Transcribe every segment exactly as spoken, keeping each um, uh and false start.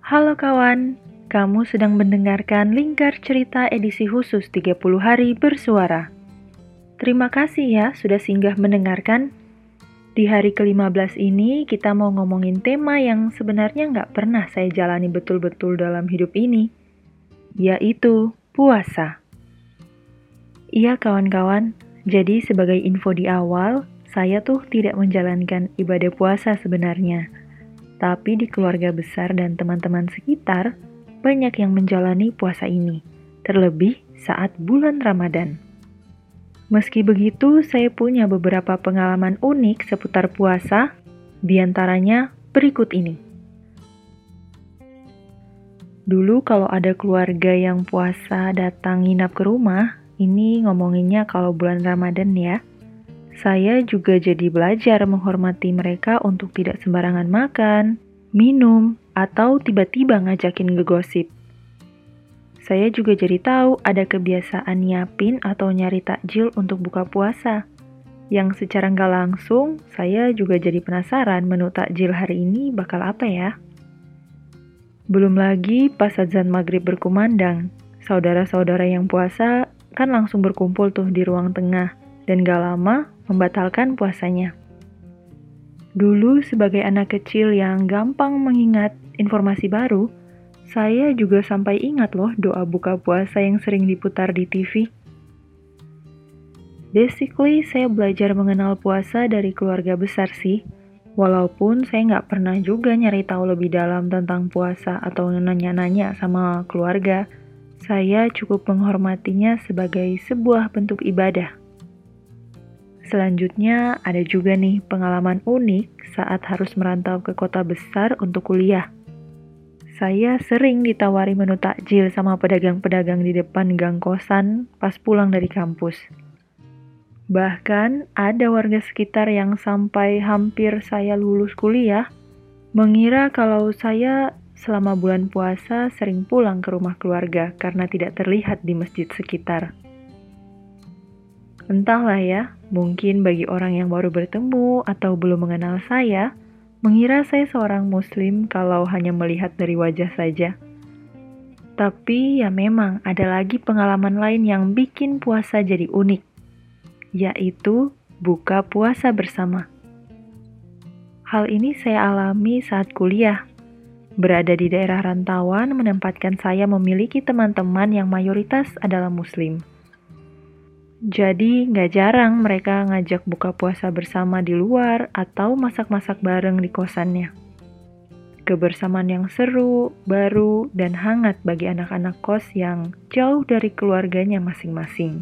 Halo kawan, kamu sedang mendengarkan Lingkar Cerita edisi khusus tiga puluh hari bersuara. Terima kasih ya sudah singgah mendengarkan. Di hari kelima belas ini kita mau ngomongin tema yang sebenarnya nggak pernah saya jalani betul-betul dalam hidup ini, yaitu puasa. Iya kawan-kawan, jadi sebagai info di awal, saya tuh tidak menjalankan ibadah puasa sebenarnya. Tapi di keluarga besar dan teman-teman sekitar, banyak yang menjalani puasa ini, terlebih saat bulan Ramadan. Meski begitu, saya punya beberapa pengalaman unik seputar puasa, diantaranya berikut ini. Dulu kalau ada keluarga yang puasa datang nginap ke rumah, ini ngomonginnya kalau bulan Ramadan ya. Saya juga jadi belajar menghormati mereka untuk tidak sembarangan makan, minum, atau tiba-tiba ngajakin ngegosip. Saya juga jadi tahu ada kebiasaan nyiapin atau nyari takjil untuk buka puasa. Yang secara nggak langsung, saya juga jadi penasaran menu takjil hari ini bakal apa ya. Belum lagi pas azan maghrib berkumandang, saudara-saudara yang puasa kan langsung berkumpul tuh di ruang tengah, dan gak lama membatalkan puasanya. Dulu sebagai anak kecil yang gampang mengingat informasi baru, saya juga sampai ingat loh doa buka puasa yang sering diputar di T V. Basically, saya belajar mengenal puasa dari keluarga besar sih, walaupun saya nggak pernah juga nyari tahu lebih dalam tentang puasa atau nanya-nanya sama keluarga. Saya cukup menghormatinya sebagai sebuah bentuk ibadah. Selanjutnya, ada juga nih pengalaman unik saat harus merantau ke kota besar untuk kuliah. Saya sering ditawari menu takjil sama pedagang-pedagang di depan gang kosan pas pulang dari kampus. Bahkan ada warga sekitar yang sampai hampir saya lulus kuliah, mengira kalau saya selama bulan puasa sering pulang ke rumah keluarga karena tidak terlihat di masjid sekitar. Entahlah ya, mungkin bagi orang yang baru bertemu atau belum mengenal saya, mengira saya seorang muslim kalau hanya melihat dari wajah saja. Tapi ya memang ada lagi pengalaman lain yang bikin puasa jadi unik, yaitu buka puasa bersama. Hal ini saya alami saat kuliah. Berada di daerah rantauan menempatkan saya memiliki teman-teman yang mayoritas adalah muslim. Jadi nggak jarang mereka ngajak buka puasa bersama di luar atau masak-masak bareng di kosannya. Kebersamaan yang seru, baru, dan hangat bagi anak-anak kos yang jauh dari keluarganya masing-masing.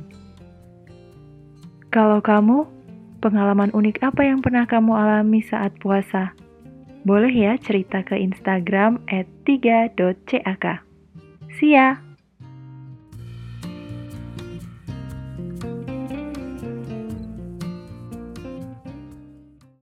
Kalau kamu, pengalaman unik apa yang pernah kamu alami saat puasa? Boleh ya cerita ke Instagram at tiga dot cak. See ya!